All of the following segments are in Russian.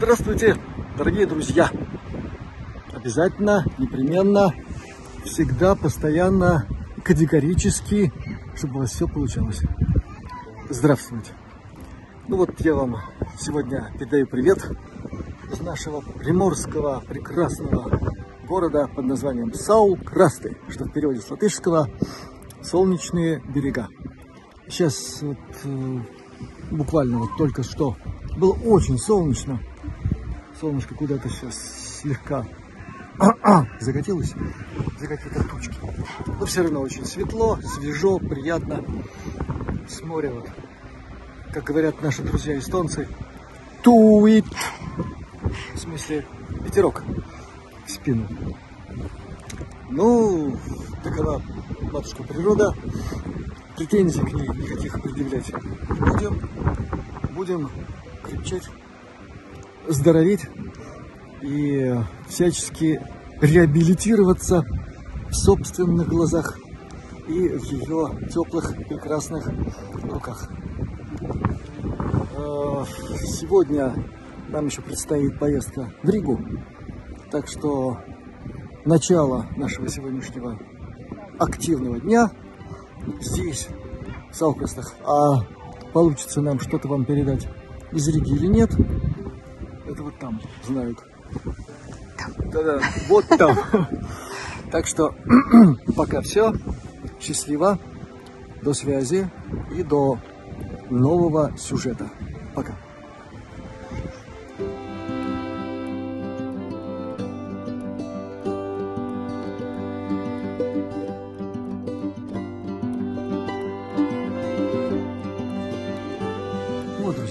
Здравствуйте, дорогие друзья! Обязательно, непременно, всегда, постоянно, категорически, чтобы у вас все получалось. Здравствуйте! Ну вот я вам сегодня передаю привет из нашего приморского прекрасного города под названием Саукрасты, что в переводе с латышского «Солнечные берега». Сейчас вот, буквально вот только что было очень солнечно. Солнышко куда-то сейчас слегка закатилось за какие-то тучки. Но все равно очень светло, свежо, приятно. С моря, вот, как говорят наши друзья эстонцы, туит, в смысле ветерок в спину. Ну, такова матушка природа. Претензий к ней никаких предъявлять будем кричать, здороветь и всячески реабилитироваться в собственных глазах и в ее теплых, прекрасных руках. Сегодня нам еще предстоит поездка в Ригу, так что начало нашего сегодняшнего активного дня здесь, в Саукрастах. А получится нам что-то вам передать из Риги или нет, это вот там знают. Да-да, вот там. Так что пока все. Счастливо. До связи и до нового сюжета. Пока. Вот, друзья,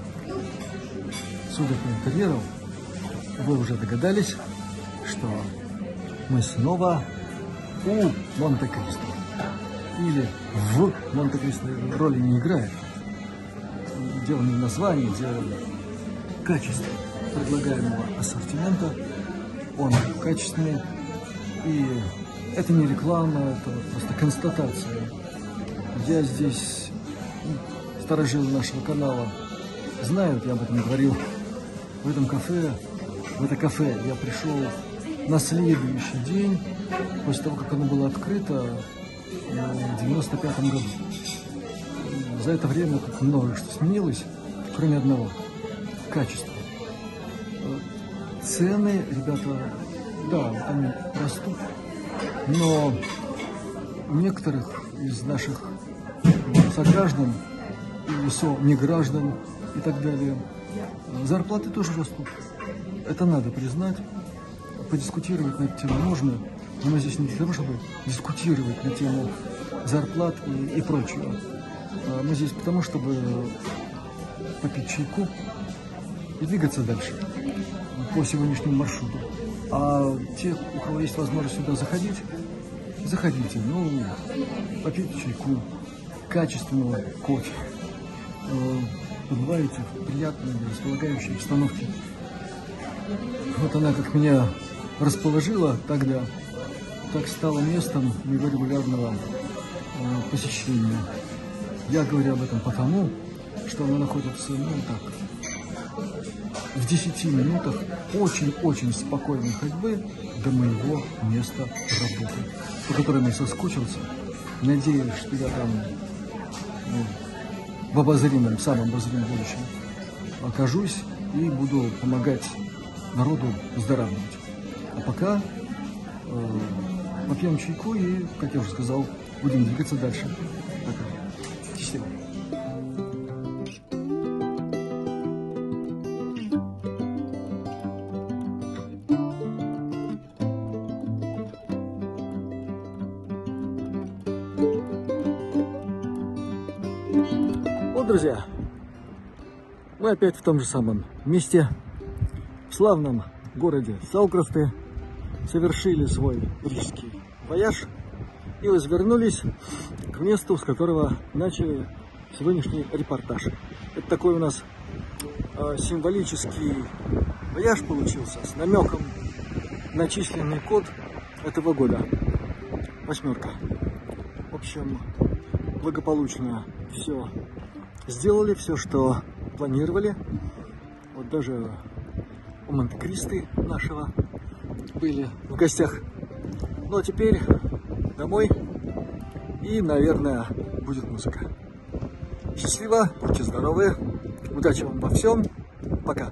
судя по интерьеру, вы уже догадались, что мы снова у Монте-Кристо. Или в Монте-Кристо роли не играет. Дело не в названии, дело в качестве предлагаемого ассортимента. Он качественный. И это не реклама, это просто констатация. Я здесь, старожилы нашего канала знают, я об этом говорил. В это кафе я пришел на следующий день, после того, как оно было открыто в 95-м году. За это время как много что сменилось, кроме одного – качества. Цены, ребята, да, они растут, но у некоторых из наших сограждан и со-неграждан и так далее зарплаты тоже растут. Это надо признать. Подискутировать на эту тему можно, но мы здесь не для того, чтобы дискутировать на тему зарплат и прочего. Мы здесь потому, чтобы попить чайку и двигаться дальше по сегодняшнему маршруту. А те, у кого есть возможность сюда заходить, заходите. Ну, попейте чайку, качественного кофе. Побываете в приятной, располагающей обстановке. Вот она как меня расположила тогда, так стало местом моего регулярного посещения. Я говорю об этом потому, что она находится, ну так, в 10 минутах очень-очень спокойной ходьбы до моего места работы, по которому я соскучился. Надеюсь, что я там в обозримом, самом обозримом будущем окажусь и буду помогать народу выздоравливать. А пока попьем чайку и, как я уже сказал, будем двигаться дальше. Пока. Счастливо. Вот, друзья, мы опять в том же самом месте, в славном городе Саукрасты, совершили свой рижский вояж и возвернулись к месту, с которого начали сегодняшний репортаж. Это такой у нас символический вояж получился с намеком на численный код этого года. 8. В общем, благополучно все сделали, все, что планировали. Вот даже у Монте-Кристо нашего были в гостях. Ну а теперь домой, и, наверное, будет музыка. Счастливо, будьте здоровы, удачи вам во всем, пока!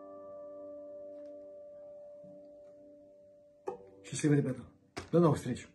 Счастливо, ребята. До новых встреч.